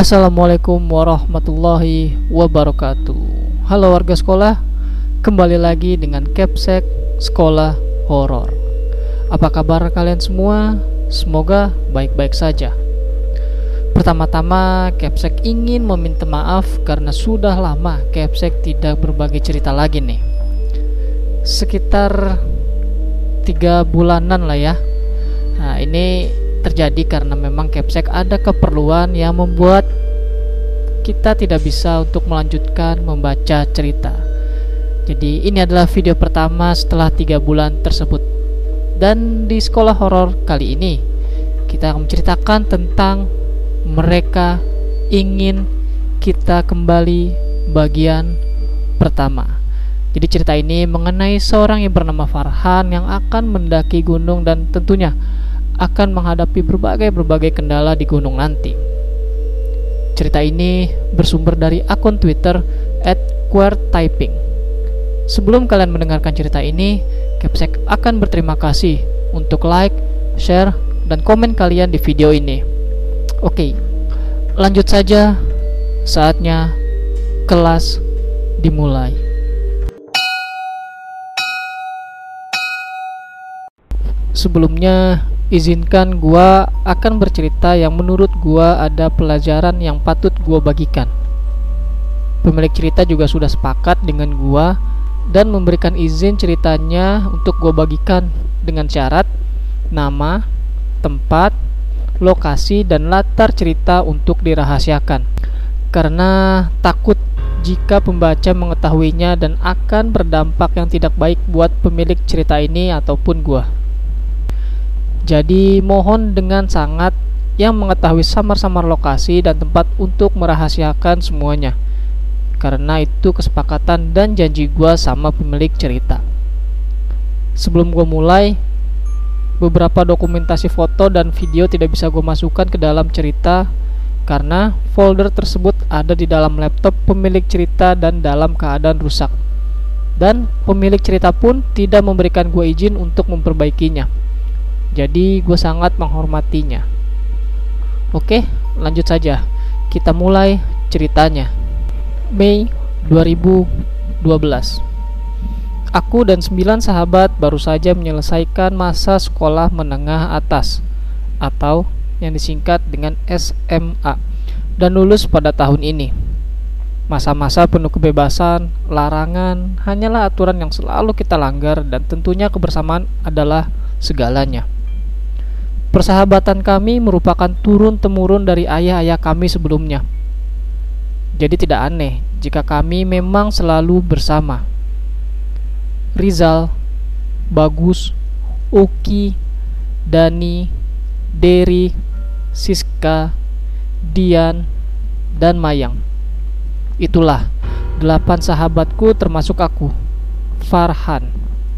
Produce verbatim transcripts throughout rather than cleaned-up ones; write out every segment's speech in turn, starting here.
Assalamualaikum warahmatullahi wabarakatuh. Halo warga sekolah, kembali lagi dengan Capsek Sekolah Horor. Apa kabar kalian semua? Semoga baik-baik saja. Pertama-tama, Capsek ingin meminta maaf karena sudah lama Capsek tidak berbagi cerita lagi nih. Sekitar tiga bulanan lah ya. Nah, ini terjadi karena memang Capsek ada keperluan yang membuat kita tidak bisa untuk melanjutkan membaca cerita. Jadi ini adalah video pertama setelah tiga bulan tersebut. Dan di sekolah horor kali ini kita akan menceritakan tentang Mereka Ingin Kita Kembali bagian pertama. Jadi cerita ini mengenai seorang yang bernama Farhan yang akan mendaki gunung dan tentunya akan menghadapi berbagai-berbagai kendala di gunung nanti. Cerita ini bersumber dari akun Twitter at queertyping. Sebelum kalian mendengarkan cerita ini, Capsek akan berterima kasih untuk like, share, dan komen kalian di video ini. Oke, lanjut saja. Saatnya kelas dimulai. Sebelumnya, izinkan gua akan bercerita yang menurut gua ada pelajaran yang patut gua bagikan. Pemilik cerita juga sudah sepakat dengan gua dan memberikan izin ceritanya untuk gua bagikan dengan syarat nama, tempat, lokasi, dan latar cerita untuk dirahasiakan. Karena takut jika pembaca mengetahuinya dan akan berdampak yang tidak baik buat pemilik cerita ini ataupun gua. Jadi mohon dengan sangat yang mengetahui samar-samar lokasi dan tempat untuk merahasiakan semuanya. Karena itu kesepakatan dan janji gua sama pemilik cerita. Sebelum gua mulai, beberapa dokumentasi foto dan video tidak bisa gua masukkan ke dalam cerita karena folder tersebut ada di dalam laptop pemilik cerita dan dalam keadaan rusak. Dan pemilik cerita pun tidak memberikan gua izin untuk memperbaikinya. Jadi gue sangat menghormatinya. Oke, lanjut saja. Kita mulai ceritanya. Mei dua ribu dua belas. Aku dan sembilan sahabat baru saja menyelesaikan masa sekolah menengah atas atau yang disingkat dengan S M A dan lulus pada tahun ini. Masa-masa penuh kebebasan, larangan hanyalah aturan yang selalu kita langgar dan tentunya kebersamaan adalah segalanya. Persahabatan kami merupakan turun-temurun dari ayah-ayah kami sebelumnya. Jadi tidak aneh jika kami memang selalu bersama. Rizal, Bagus, Uki, Dani, Dery, Siska, Dian, dan Mayang. Itulah delapan sahabatku termasuk aku, Farhan.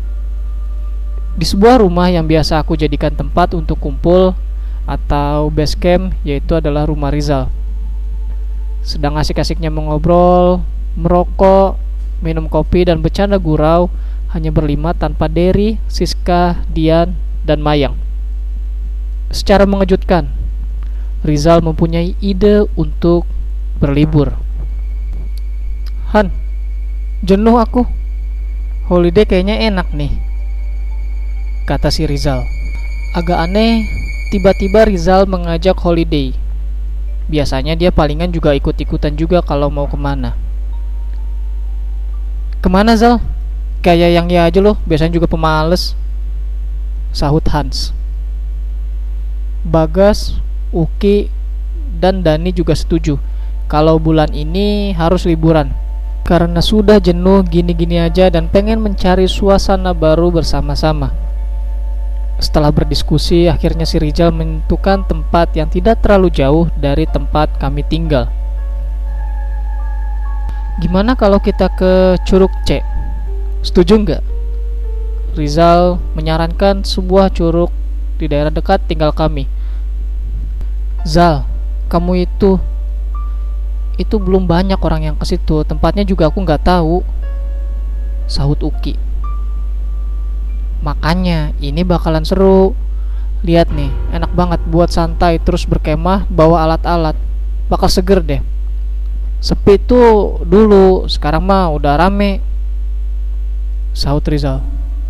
Di sebuah rumah yang biasa aku jadikan tempat untuk kumpul atau base camp, yaitu adalah rumah Rizal. Sedang asik-asiknya mengobrol, merokok, minum kopi, dan bercanda gurau hanya berlima tanpa Dery, Siska, Dian, dan Mayang. Secara mengejutkan, Rizal mempunyai ide untuk berlibur. Han, jenuh aku. Holiday kayaknya enak nih, kata si Rizal. Agak aneh, tiba-tiba Rizal mengajak holiday. Biasanya dia palingan juga ikut-ikutan juga kalau mau kemana. Kemana Zal? Kayak yang ya aja loh, biasanya juga pemales, sahut Hans. Bagas, Uki, dan Dani juga setuju kalau bulan ini harus liburan karena sudah jenuh gini-gini aja dan pengen mencari suasana baru bersama-sama. Setelah berdiskusi, akhirnya si Rizal menentukan tempat yang tidak terlalu jauh dari tempat kami tinggal. Gimana kalau kita ke Curug C? Setuju nggak? Rizal menyarankan sebuah curug di daerah dekat tinggal kami. Zal, kamu itu itu belum banyak orang yang ke situ. Tempatnya juga aku nggak tahu, sahut Uki. Makanya ini bakalan seru. Lihat nih, enak banget buat santai terus berkemah bawa alat-alat. bakal seger deh. Sepi tuh dulu, sekarang mah udah rame, sahut Rizal.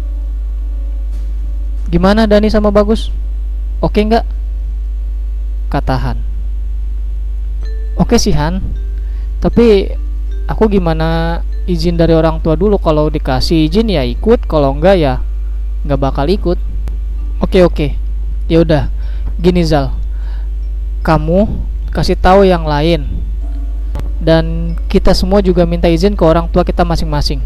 Gimana Dani sama Bagus? Oke nggak? Kata Han. Oke sih Han, tapi aku gimana izin dari orang tua dulu. Kalau dikasih izin ya ikut, kalau enggak ya nggak bakal ikut. Oke oke, ya udah. Gini Zal, kamu kasih tahu yang lain, dan kita semua juga minta izin ke orang tua kita masing-masing.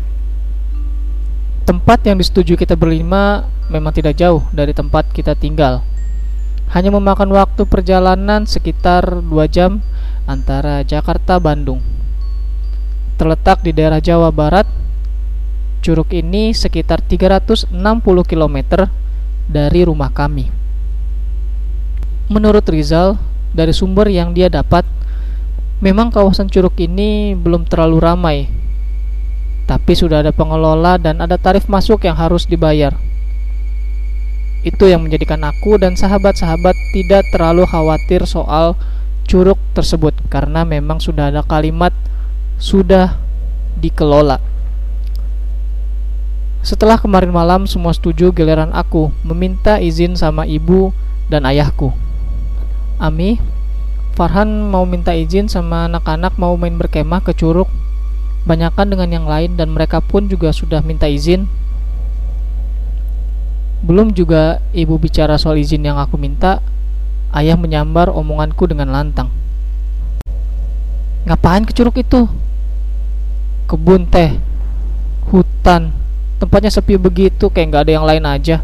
Tempat yang disetujui kita berlima memang tidak jauh dari tempat kita tinggal. Hanya memakan waktu perjalanan sekitar dua jam antara Jakarta Bandung. Terletak di daerah Jawa Barat, Curug ini sekitar tiga ratus enam puluh kilometer dari rumah kami. Menurut Rizal, dari sumber yang dia dapat, memang kawasan Curug ini belum terlalu ramai, tapi sudah ada pengelola dan ada tarif masuk yang harus dibayar. Itu yang menjadikan aku dan sahabat-sahabat tidak terlalu khawatir soal curug tersebut, karena memang sudah ada kalimat sudah dikelola. Setelah kemarin malam semua setuju, giliran aku meminta izin sama ibu dan ayahku. Ami, Farhan mau minta izin sama anak-anak mau main berkemah ke curug, banyakan dengan yang lain, dan mereka pun juga sudah minta izin. Belum juga ibu bicara soal izin yang aku minta, ayah menyambar omonganku dengan lantang. Ngapain ke curug itu? Kebun teh, hutan, tempatnya sepi begitu, kayak gak ada yang lain aja.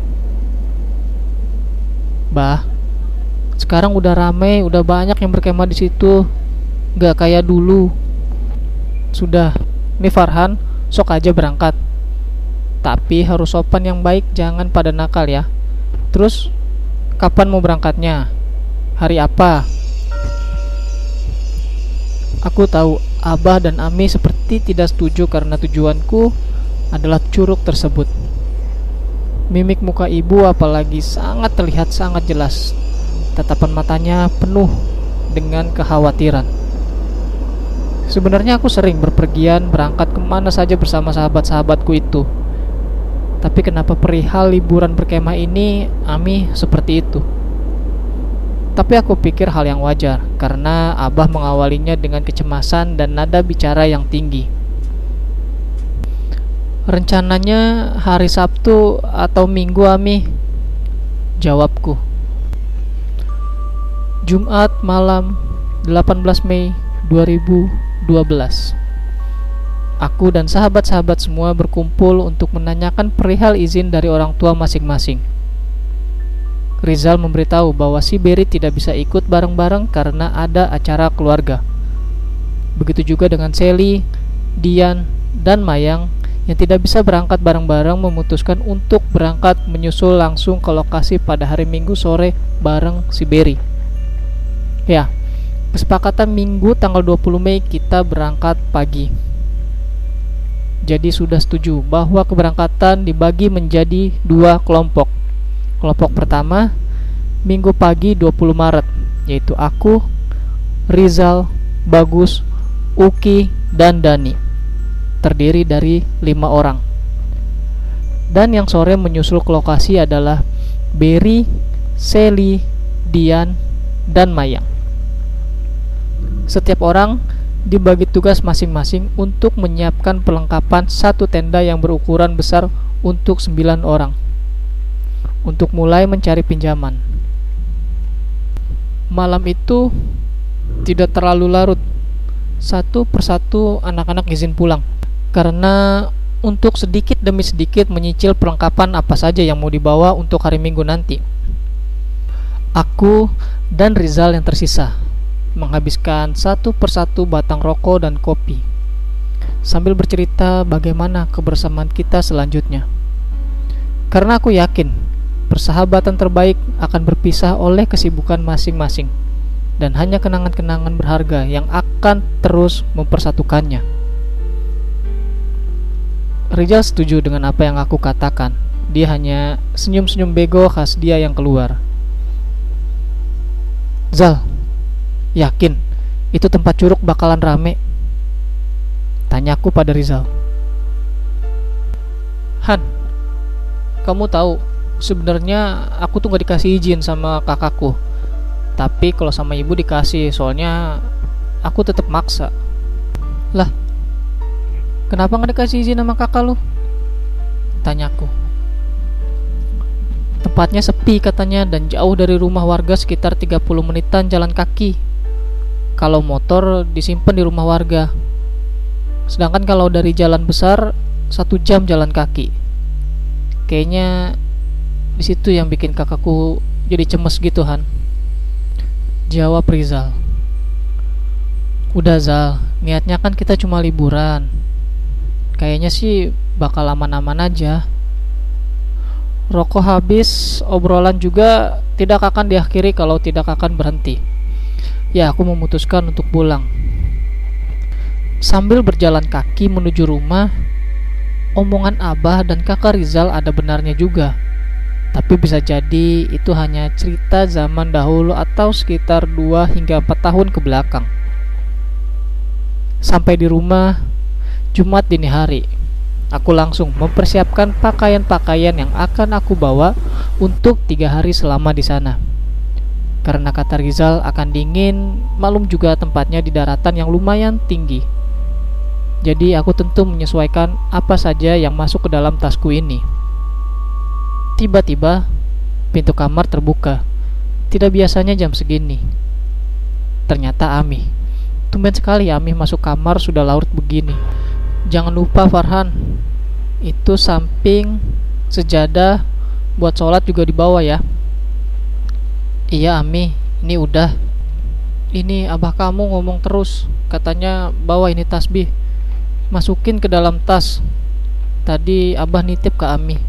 Bah, sekarang udah ramai, udah banyak yang berkemah di situ, gak kayak dulu. Sudah, nih Farhan, sok aja berangkat. Tapi harus sopan yang baik, jangan pada nakal ya. Terus, kapan mau berangkatnya? Hari apa? Aku tahu Abah dan Ami seperti tidak setuju karena tujuanku adalah curug tersebut. Mimik muka ibu apalagi sangat terlihat sangat jelas. Tatapan matanya penuh dengan kekhawatiran. Sebenarnya aku sering berpergian berangkat kemana saja bersama sahabat-sahabatku itu. Tapi kenapa perihal liburan berkemah ini Ami seperti itu? Tapi aku pikir hal yang wajar, karena Abah mengawalinya dengan kecemasan dan nada bicara yang tinggi. Rencananya hari Sabtu atau Minggu Ami, jawabku. Jumat malam delapan belas Mei dua ribu dua belas. Aku dan sahabat-sahabat semua berkumpul untuk menanyakan perihal izin dari orang tua masing-masing. Rizal memberitahu bahwa si Berry tidak bisa ikut bareng-bareng karena ada acara keluarga. Begitu juga dengan Sally, Dian, dan Mayang yang tidak bisa berangkat bareng-bareng, memutuskan untuk berangkat menyusul langsung ke lokasi pada hari Minggu sore bareng si Berry. Ya, kesepakatan Minggu tanggal dua puluh Mei kita berangkat pagi. Jadi sudah setuju bahwa keberangkatan dibagi menjadi dua kelompok. Kelompok pertama Minggu pagi dua puluh Maret, yaitu aku, Rizal, Bagus, Uki, dan Dani, terdiri dari lima orang. Dan yang sore menyusul ke lokasi adalah Berry, Sally, Dian, dan Mayang. Setiap orang dibagi tugas masing-masing untuk menyiapkan perlengkapan satu tenda yang berukuran besar untuk sembilan orang, untuk mulai mencari pinjaman. Malam itu tidak terlalu larut. Satu persatu anak-anak izin pulang, karena untuk sedikit demi sedikit menyicil perlengkapan apa saja yang mau dibawa untuk hari Minggu nanti. Aku dan Rizal yang tersisa menghabiskan satu persatu batang rokok dan kopi, sambil bercerita bagaimana kebersamaan kita selanjutnya. Karena aku yakin persahabatan terbaik akan berpisah oleh kesibukan masing-masing, dan hanya kenangan-kenangan berharga yang akan terus mempersatukannya. Rizal setuju dengan apa yang aku katakan. Dia hanya senyum-senyum bego khas dia yang keluar. Zal, yakin itu tempat curug bakalan rame? Tanyaku pada Rizal. Han, kamu tahu, sebenarnya aku tuh gak dikasih izin sama kakakku. Tapi kalau sama ibu dikasih, soalnya aku tetap maksa. Lah, kenapa gak dikasih izin sama kakak lu? Tanyaku. Tempatnya sepi katanya dan jauh dari rumah warga sekitar tiga puluh menitan jalan kaki. Kalau motor disimpan di rumah warga. Sedangkan kalau dari jalan besar satu jam jalan kaki. Kayaknya di situ yang bikin kakakku jadi cemes gitu, Han. Jawab Rizal. Udah Zal, niatnya kan kita cuma liburan. Kayaknya sih bakal aman-aman aja. Rokok habis, obrolan juga tidak akan diakhiri kalau tidak akan berhenti. Ya, aku memutuskan untuk pulang. Sambil berjalan kaki menuju rumah, omongan Abah dan kakak Rizal ada benarnya juga. Tapi bisa jadi itu hanya cerita zaman dahulu atau sekitar dua hingga empat tahun ke belakang. Sampai di rumah, Jumat dini hari. Aku langsung mempersiapkan pakaian-pakaian yang akan aku bawa untuk tiga hari selama di sana. Karena kata Rizal akan dingin, malum juga tempatnya di daratan yang lumayan tinggi. Jadi aku tentu menyesuaikan apa saja yang masuk ke dalam tasku ini. Tiba-tiba pintu kamar terbuka. Tidak biasanya jam segini. Ternyata Ami. Tumben sekali Ami masuk kamar sudah larut begini. Jangan lupa Farhan, itu samping sejadah buat sholat juga dibawa ya. Iya Ami, ini udah. Ini abah kamu ngomong terus, katanya bawa ini tasbih, masukin ke dalam tas. Tadi abah nitip ke Ami.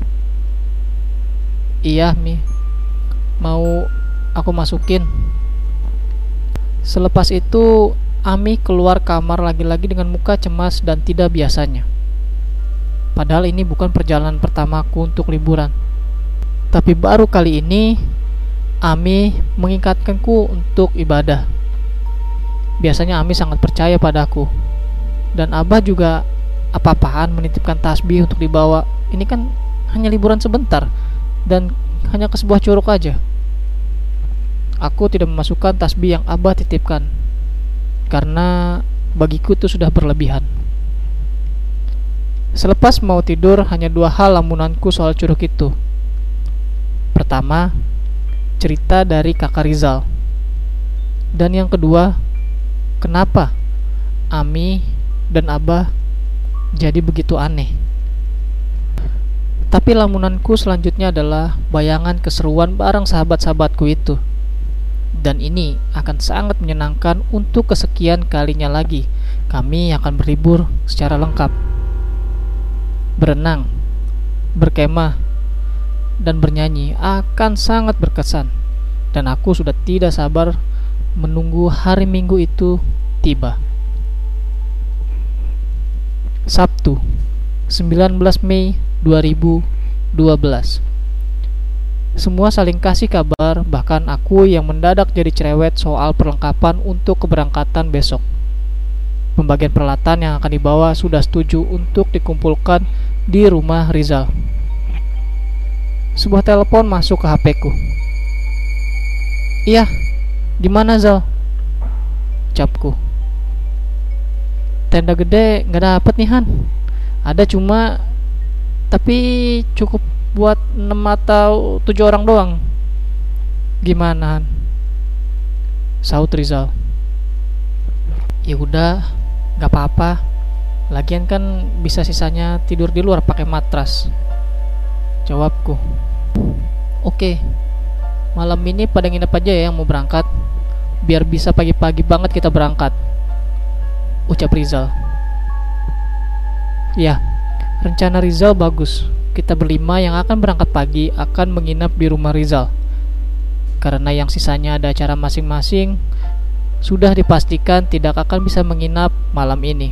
Iya Mi, mau aku masukin. Selepas itu Ami keluar kamar lagi-lagi dengan muka cemas dan tidak biasanya. Padahal ini bukan perjalanan pertamaku untuk liburan. Tapi baru kali ini Ami mengingatkanku untuk ibadah. Biasanya Ami sangat percaya padaku. Dan Abah juga apa-apaan menitipkan tasbih untuk dibawa. Ini kan hanya liburan sebentar dan hanya ke sebuah curug aja. Aku tidak memasukkan tasbih yang Abah titipkan, karena bagiku itu sudah berlebihan. Selepas mau tidur, hanya dua hal lamunanku soal curug itu. Pertama, cerita dari kakak Rizal. Dan yang kedua, kenapa Ami dan Abah jadi begitu aneh. Tapi lamunanku selanjutnya adalah bayangan keseruan bareng sahabat-sahabatku itu. Dan ini akan sangat menyenangkan untuk kesekian kalinya lagi. Kami akan berlibur secara lengkap. Berenang, berkemah, dan bernyanyi akan sangat berkesan. Dan aku sudah tidak sabar menunggu hari Minggu itu tiba. Sabtu, sembilan belas Mei dua ribu dua belas. Semua saling kasih kabar, bahkan aku yang mendadak jadi cerewet soal perlengkapan untuk keberangkatan besok. Pembagian peralatan yang akan dibawa sudah setuju untuk dikumpulkan di rumah Rizal. Sebuah telepon masuk ke H P-ku. Iya, di mana Zal? Ucapku. Tenda gede nggak dapet nih Han. Ada cuma, tapi cukup buat enam atau tujuh orang doang. Gimana Han? Saut Rizal. Ya udah, nggak apa-apa. Lagian kan bisa sisanya tidur di luar pakai matras. Jawabku. Oke, malam ini pada nginep aja ya yang mau berangkat, biar bisa pagi-pagi banget kita berangkat, ucap Rizal. Ya, rencana Rizal bagus. Kita berlima yang akan berangkat pagi akan menginap di rumah Rizal. Karena yang sisanya ada acara masing-masing, sudah dipastikan tidak akan bisa menginap malam ini.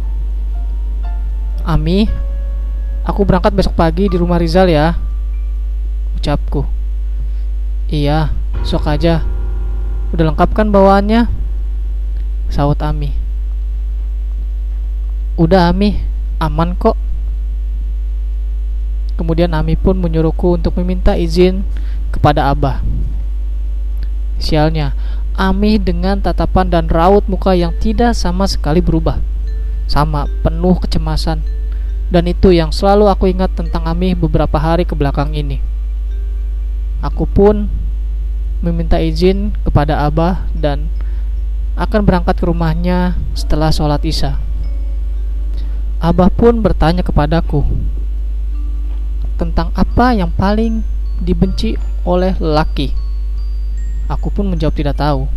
Ami, aku berangkat besok pagi di rumah Rizal ya, ucapku. Iya, sok aja. Udah lengkap kan bawaannya? Sahut Ami. Udah Ami, aman kok. Kemudian Ami pun menyuruhku untuk meminta izin kepada Abah. Sialnya, Ami dengan tatapan dan raut muka yang tidak sama sekali berubah. Sama, penuh kecemasan. Dan itu yang selalu aku ingat tentang Ami beberapa hari kebelakang ini. Aku pun meminta izin kepada Abah dan akan berangkat ke rumahnya setelah sholat isya. Abah pun bertanya kepadaku tentang apa yang paling dibenci oleh lelaki. Aku pun menjawab tidak tahu.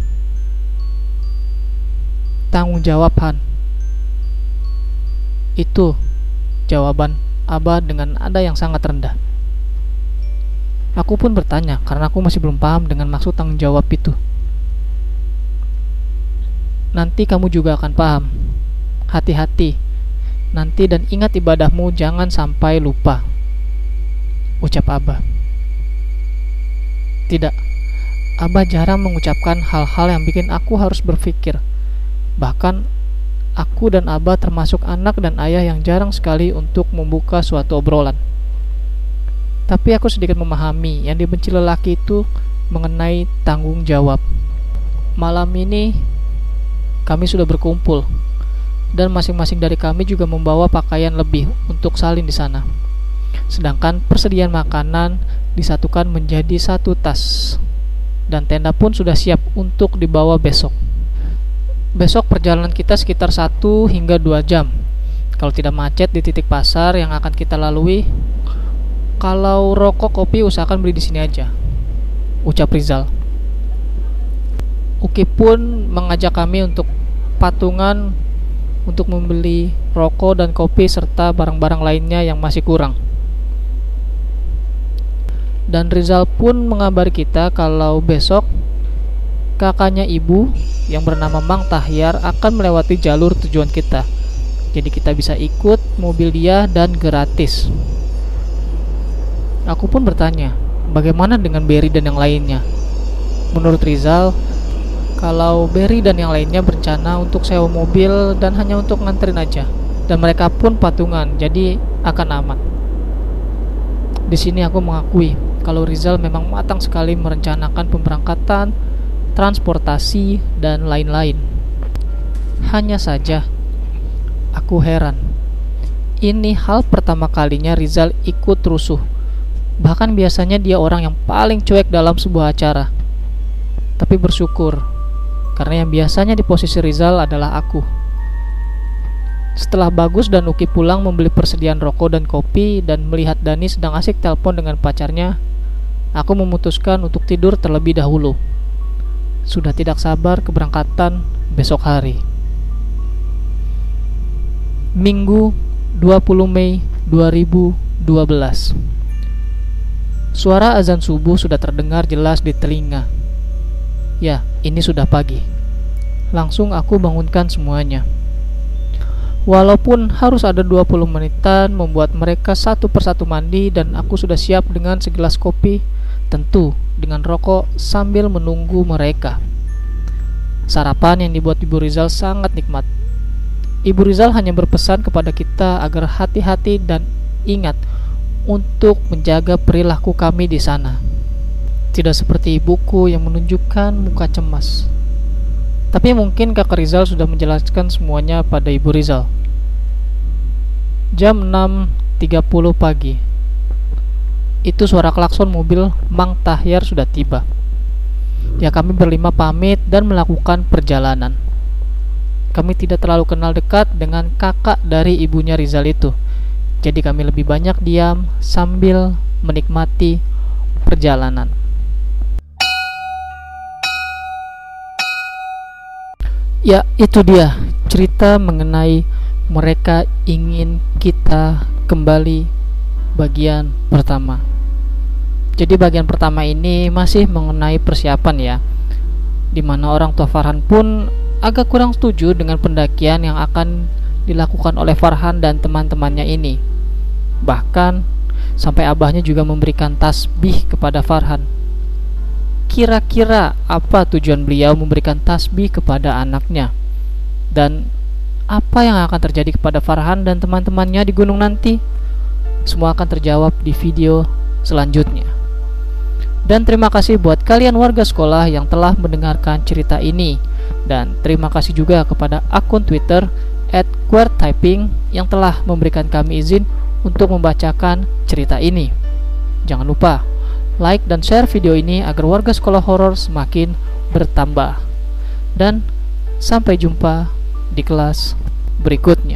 Tanggung jawab, Han. Itu jawaban Abah dengan nada yang sangat rendah. Aku pun bertanya karena aku masih belum paham dengan maksud tanggung jawab itu. Nanti kamu juga akan paham. Hati-hati. Nanti dan ingat ibadahmu, jangan sampai lupa, ucap Abah. Tidak, Abah jarang mengucapkan hal-hal yang bikin aku harus berpikir. Bahkan aku dan Abah termasuk anak dan ayah yang jarang sekali untuk membuka suatu obrolan. Tapi aku sedikit memahami yang dibenci lelaki itu mengenai tanggung jawab. Malam ini kami sudah berkumpul dan masing-masing dari kami juga membawa pakaian lebih untuk salin di sana. Sedangkan persediaan makanan disatukan menjadi satu tas dan tenda pun sudah siap untuk dibawa besok. Besok perjalanan kita sekitar satu hingga dua jam. Kalau tidak macet di titik pasar yang akan kita lalui. Kalau rokok kopi usahakan beli di sini aja, ucap Rizal. Uki pun mengajak kami untuk patungan untuk membeli rokok dan kopi serta barang-barang lainnya yang masih kurang. Dan Rizal pun mengabari kita kalau besok kakaknya ibu yang bernama Mang Tahyar akan melewati jalur tujuan kita. Jadi kita bisa ikut mobil dia dan gratis. Aku pun bertanya, bagaimana dengan Berry dan yang lainnya? Menurut Rizal, kalau Berry dan yang lainnya berencana untuk sewa mobil dan hanya untuk nganterin aja. Dan mereka pun patungan, jadi akan aman. Di sini aku mengakui kalau Rizal memang matang sekali merencanakan pemberangkatan, transportasi, dan lain-lain. Hanya saja, aku heran. Ini hal pertama kalinya Rizal ikut rusuh. Bahkan biasanya dia orang yang paling cuek dalam sebuah acara. Tapi bersyukur, karena yang biasanya di posisi Rizal adalah aku. Setelah Bagus dan Uki pulang membeli persediaan rokok dan kopi dan melihat Dani sedang asik telepon dengan pacarnya, aku memutuskan untuk tidur terlebih dahulu. Sudah tidak sabar keberangkatan besok hari. Minggu dua puluh Mei dua ribu dua belas. Suara azan subuh sudah terdengar jelas di telinga. Ya, ini sudah pagi. Langsung aku bangunkan semuanya. Walaupun harus ada dua puluh menitan membuat mereka satu persatu mandi dan aku sudah siap dengan segelas kopi, tentu dengan rokok sambil menunggu mereka. Sarapan yang dibuat Ibu Rizal sangat nikmat. Ibu Rizal hanya berpesan kepada kita agar hati-hati dan ingat untuk menjaga perilaku kami di sana. Tidak seperti ibuku yang menunjukkan muka cemas. Tapi mungkin kakak Rizal sudah menjelaskan semuanya pada Ibu Rizal. Jam enam tiga puluh pagi. Itu suara klakson mobil Mang Tahyar sudah tiba. Ya, kami berlima pamit dan melakukan perjalanan. Kami tidak terlalu kenal dekat dengan kakak dari ibunya Rizal itu. Jadi kami lebih banyak diam sambil menikmati perjalanan. Ya, itu dia cerita mengenai mereka ingin kita kembali bagian pertama. Jadi bagian pertama ini masih mengenai persiapan ya, dimana orang tua Farhan pun agak kurang setuju dengan pendakian yang akan dilakukan oleh Farhan dan teman-temannya ini. Bahkan sampai abahnya juga memberikan tasbih kepada Farhan. Kira-kira apa tujuan beliau memberikan tasbih kepada anaknya? Dan apa yang akan terjadi kepada Farhan dan teman-temannya di gunung nanti? Semua akan terjawab di video selanjutnya. Dan terima kasih buat kalian warga sekolah yang telah mendengarkan cerita ini. Dan terima kasih juga kepada akun Twitter at queertyping yang telah memberikan kami izin untuk membacakan cerita ini. Jangan lupa like dan share video ini agar warga sekolah horor semakin bertambah. Dan sampai jumpa di kelas berikutnya.